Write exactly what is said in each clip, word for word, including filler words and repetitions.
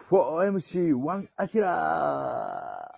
フォーエムシーワン アキラ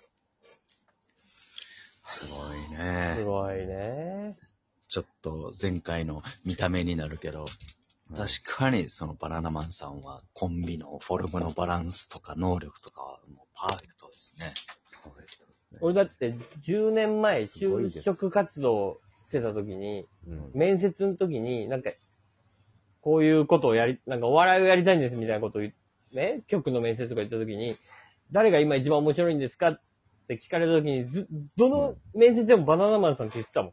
すごいね。 すごいね。 ちょっと前回の見た目になるけど、確かにそのバナナマンさんはコンビのフォルムのバランスとか能力とかはもうパーフェクトですね。 俺だってじゅうねんまえ就職活動してた時に、 うん、 面接の時になんか、こういうことをやり、なんかお笑いをやりたいんですみたいなことを言って、ね、局の面接とか言った時に、誰が今一番面白いんですかって聞かれた時に、ず、どの面接でもバナナマンさんって言ってたもん。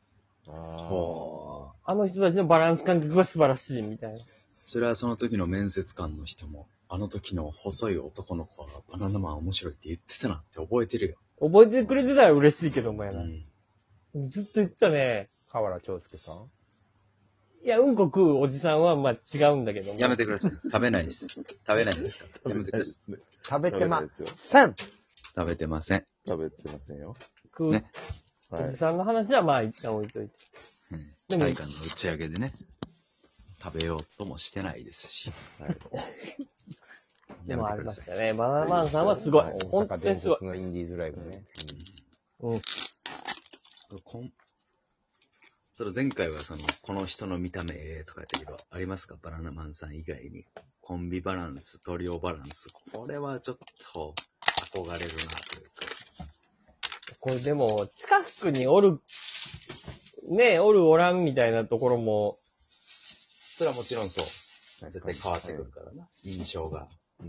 ああの人たちのバランス感覚が素晴らしいみたいな。 それはその時の面接官の人も、あの時の細い男の子はバナナマン面白いって言ってたなって覚えてるよ。 覚えてくれてたら嬉しいけどもやな。 うん、 ずっと言ってたね。 河原長介さんいや、うんこ食うおじさんはまあ違うんだけども。 やめてください。食べないです。食べないですから。やめてください。 食べてません食べてません。 食べてませんよ。 食う、 ね。 おじさんの話はまあ一旦置いといて。 うん。 でも期待感の打ち上げでね、食べようともしてないですし。 はい。 でもありやめてください。 ましたね。バナナマンさんはすごい。 大本当阪伝にすごい。 説のインディーズライブね。 うん。 こんそれ前回はその、この人の見た目ええとか言ったけど、ありますかバナナマンさん以外に。コンビバランス、トリオバランス。これはちょっと憧れるなというか。 これでも、近くにおる、ねえ、おるおらんみたいなところも、 それはもちろんそう。絶対変わってくるからな。印象が。 うん。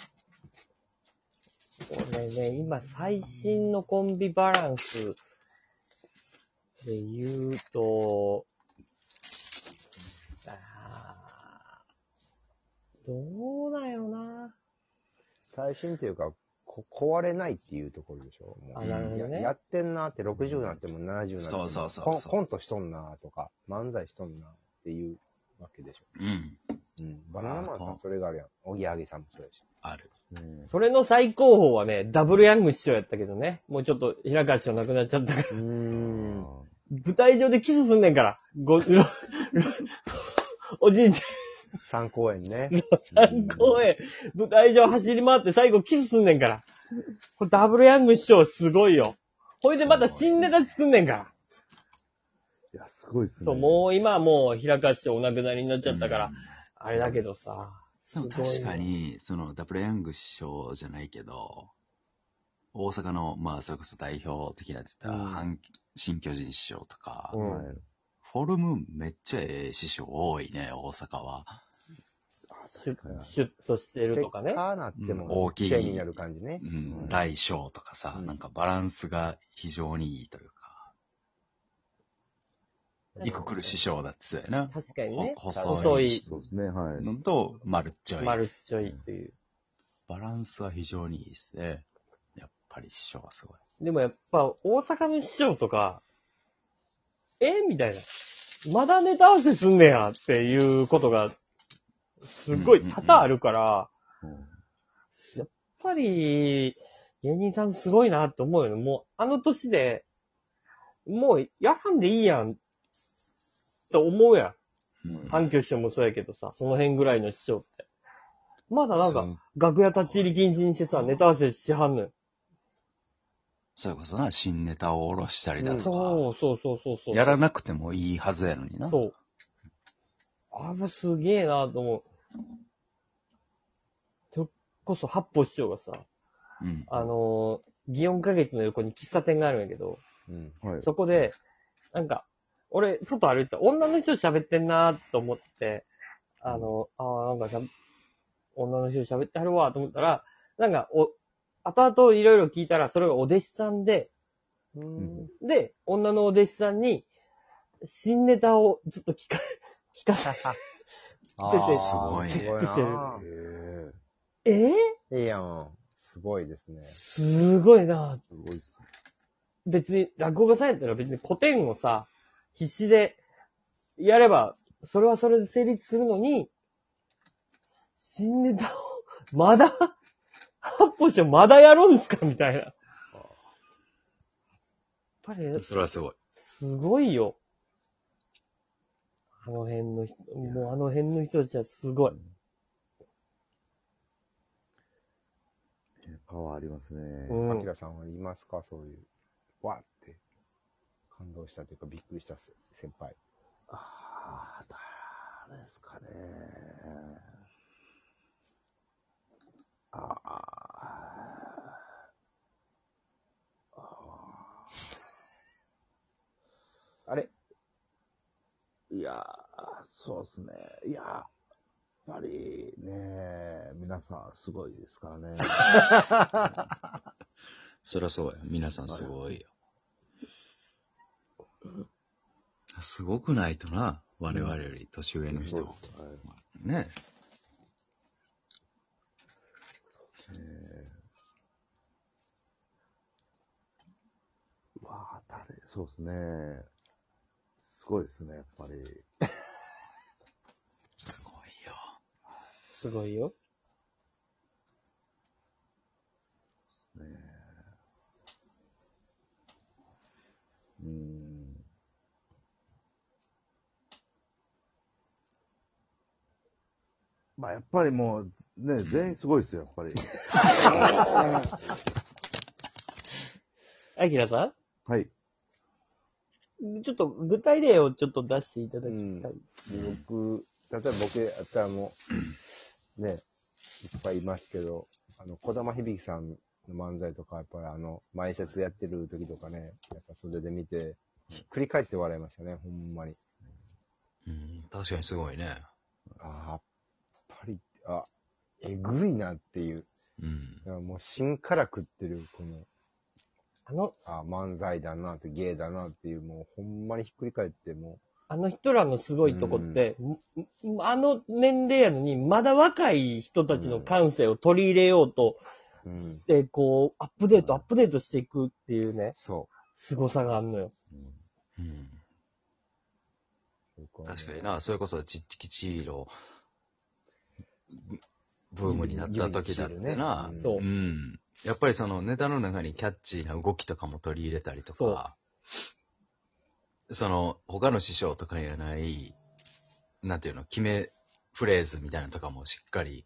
これね、今最新のコンビバランスで言うと、あーどうだよな。 最新というか、こ壊れないっていうところでしょ。もうあ、なるほどね。 ややってんなってろくじゅうになってもななじゅうになってもそうそうそうそうコンコントしとんなとか、漫才しとんなっていうわけでしょ。 うん。 うん。バナナマンさんそれがあるやん。おぎやはぎさんもそうやし。 ある。 うん。 それの最高峰はね、ダブルヤング師匠やったけどね。もうちょっと平川師匠亡くなっちゃったから。 うーん。 舞台上でキスすんねんから。ご、ろろおじいち三公演ね。 ゃん、公園、舞台上走り回って最後キスすんねんから。これダブルヤング師匠すごいよ。ほいでまた新ネタ作んねんから。 いや、すごいっすね。 そう、もう今はもう平川師匠お亡くなりになっちゃったから、 うんあれだけどさ。 でもすごい確かに、そのダブルヤング師匠じゃないけど、大阪の、まあ、それこそ代表的なって言ったら、 うん阪新巨人師匠とか、 うんはい。 フォルムめっちゃええ師匠多いね、大阪は。 シュッ、シュッとしてるとかね。 カーなってうんも、 大きいチェーンになる感じね。 うん、大小とかさ、 うんなんかバランスが非常にいいというか。イククル師匠だってそうやな。 確かにね。 ほ細い細いそうですね、はい。 のと、丸っちょい。 丸っちょいという。 バランスは非常にいいですね。やっぱり師匠はすごい。 でもやっぱ大阪の師匠とか、えみたいな。まだネタ合わせすんねやっていうことが、すっごい多々あるから、 うんやっぱり、芸人さんすごいなって思うよね。もう、あの年で、もう、やらんでいいやん、と思うやん。 うん反響師匠もそうやけどさ、その辺ぐらいの師匠って。まだなんかそう、 楽屋立ち入り禁止にしてさ、ネタ合わせしはんのよ。 それこそな、新ネタを下ろしたりだとか、 そうそうそうそうそう。 やらなくてもいいはずやのにな。 そう。あれすげえなと思う。それこそ八方師匠がさ、 うん。 あのー、祇園花月の横に喫茶店があるんやけど、 うん。はい。 そこで、なんか、俺、外歩いてた女の人喋ってんなと思って、あの、ああ、なんかしゃ、女の人喋ってはるわと思ったら、なんか、お、後々いろいろ聞いたら、それがお弟子さんで、 うん。 で、女のお弟子さんに、新ネタをずっと聞か、聞かせ、 あ先生すごいねすごいしてるなえぇ、 ええやん。すごいですね。 すごいなすごいっす。 別に、落語家さんやったら別に古典をさ、必死でやれば、それはそれで成立するのに、新ネタを、まだ、八歩してまだやるんすかみたいな。やっぱり、 それはすごい。 すごいよ。あの辺の人、もうあの辺の人たちはすごい。 パワーありますね。 うんアキラさんは言いますかそういう、わーって感動したというかびっくりした先輩。 ああ、誰ですかね。ああ。 あれいやー、そうですね。いやー、やっぱりね、皆さんすごいですからね。 そりゃそうや。皆さんすごいよ。すごくないとな。我々より年上の人。 そうですはいね。 えー、うわあ、誰、そうですね。すごいですね、やっぱり。 すごいよ。 すごいよ。 ねえ。うーん。まあ、やっぱりもう、ね、全員すごいですよ、やっぱり。 アキラさはい。 んちょっと具体例をちょっと出していただきたい。 で僕、例えば僕やったらもう、ね、いっぱいいますけど、あの、小玉響さんの漫才とか、やっぱりあの、前説やってる時とかね、やっぱ袖で見て、繰り返って笑いましたね、ほんまに。 うん、確かにすごいね。 ああ、やっぱり、あ、えぐいなっていう。 うん。 だからもう芯から食ってる、この、 あの、 あ漫才だなって、芸だなっていう、もうほんまにひっくり返って、もあの人らのすごいとこって、んんあの年齢やのに、まだ若い人たちの感性を取り入れようとう、うん、 して、こう、アップデート、アップデートしていくっていうね、 そ凄さがあるのよ。 うん。 う。 確かにな、それこそチッチキチーロブームになった時だってな、 指にシールねそうう。ん。やっぱりそのネタの中にキャッチーな動きとかも取り入れたりとか、その他の師匠とかにはない、なんていうの、決めフレーズみたいなのとかもしっかり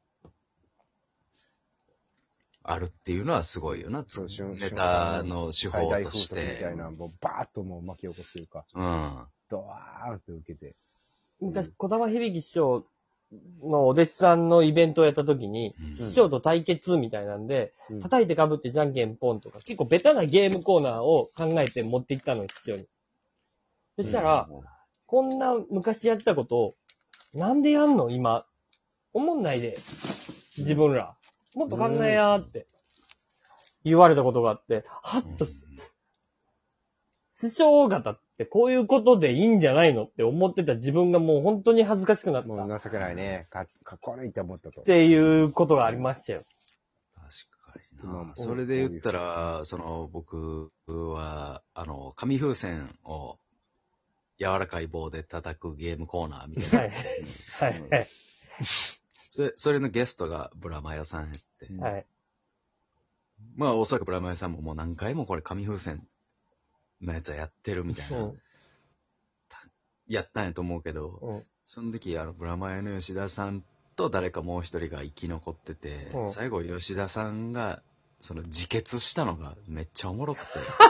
あるっていうのはすごいよな。 そう瞬ネタの手法最大とし風速みたてい。な、もうバーッともう巻き起こすというか、 うん。 ドワーンって受けて。 昔、小玉響師匠のお弟子さんのイベントをやった時に、 うん師匠と対決みたいなんで、 うん叩いて被ってじゃんけんポンとか、結構ベタなゲームコーナーを考えて持ってきたのよ、師匠に。そしたら、こんな昔やってたことを、なんでやんの今。思んないで。自分ら。もっと考えやーって。言われたことがあって、はっと、師匠方ってこういうことでいいんじゃないのって思ってた自分がもう本当に恥ずかしくなった。っもう情けないね。かかっこ悪いって思ったと。 ていうことがありましたよ。 確かにな。 今もそれで言ったら、その、僕は、あの、紙風船を柔らかい棒で叩くゲームコーナーみたいな。 はい。はい。はい。 それ、それのゲストがブラマヨさんやって。 はい。 まあ、おそらくブラマヨさんももう何回もこれ紙風船のやつはやってるみたいな、 うん。 やったんやと思うけど、 うん。 その時、あの、ブラマヨの吉田さんと誰かもう一人が生き残ってて、 うん最後吉田さんが、その自決したのがめっちゃおもろくて、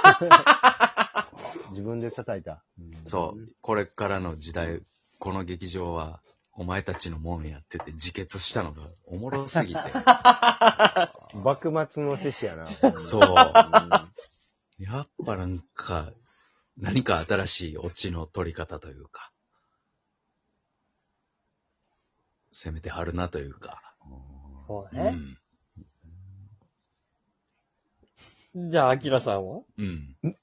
自分で叩いた。 そう、これからの時代、この劇場は、お前たちのもんやって言って自決したのがおもろすぎて。 幕末の獅子やな。 そう。 うんやっぱなんか、何か新しいオチの取り方というか、攻めてはるなというか。 そうね。 うん。 じゃあ、アキラさんはうん。 い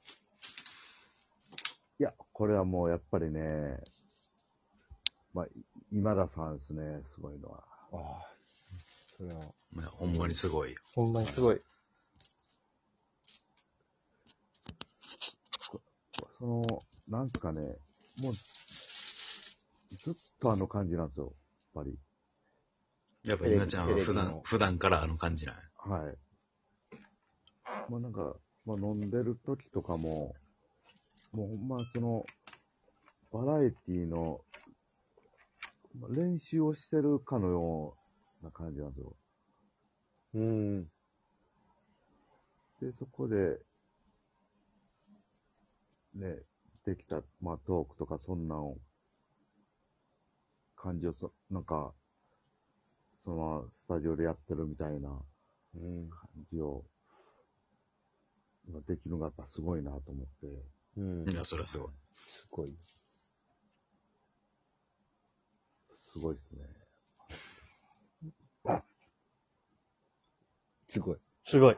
や、これはもうやっぱりね、まあ、今田さんですね、すごいのは。 ああ。それは、 まあ、ほんまにすごいよ。 ほんまにすごい。 その、なんすかね、もう、ずっとあの感じなんですよ、やっぱり。 やっぱ稲ちゃんは普段テレビの、 普段からあの感じなんや。 はい。まあなんか、まあ飲んでる時とかも、もうほんまその、バラエティの、まあ練習をしてるかのような感じなんですよ。 うん。 で、そこで、ね、できた、まあ、トークとかそんなんを、感じをそ、なんか、そのままスタジオでやってるみたいなうん。 感じを、できるのがやっぱすごいなと思って。 うん。 いや、そりゃすごい。 すごい。 すごいですね。 すごい。 すごい。 はい。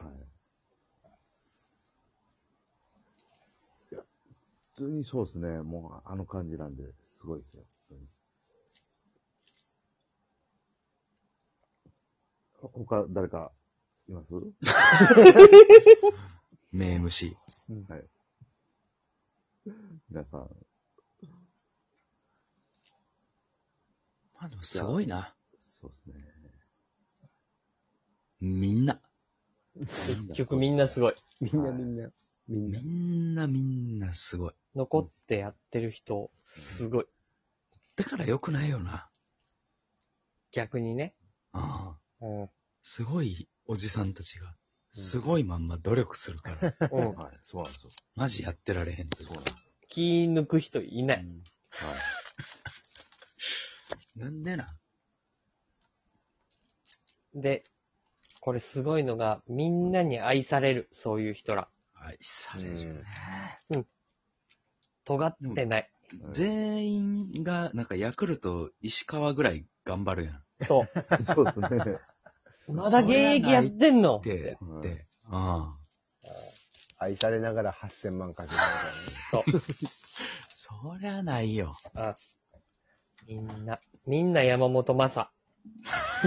いや、普通にそうですね。もうあの感じなんで、すごいですよ。普通にほ他、誰か、います？ 名 エムシー。 はい。皆さん、 まあでもすごいな。 そうですね。 みんな。 結局みんなすごい。 みんなみんな、みんなみ。んなみんなすごい。 残ってやってる人、すごい。 だから良くないよな。 逆にね。 ああ。 うん。 すごいおじさんたちが、すごいまんま努力するから、 うん。 はい、そうなんですよ。 マジやってられへんって。 そうなんです。 気抜く人いない。 はい。 なんでな。 で、これすごいのが、みんなに愛される、そういう人ら。 愛されるね。 尖ってない。 全員が、なんかヤクルト石川ぐらい頑張るやん。っそう。 そうですね。 まだ現役やってんのて、って。ああ。 愛されながらはっせんまんかけながらね。 そう。 そりゃないよ。 あみんな、みんな山本昌。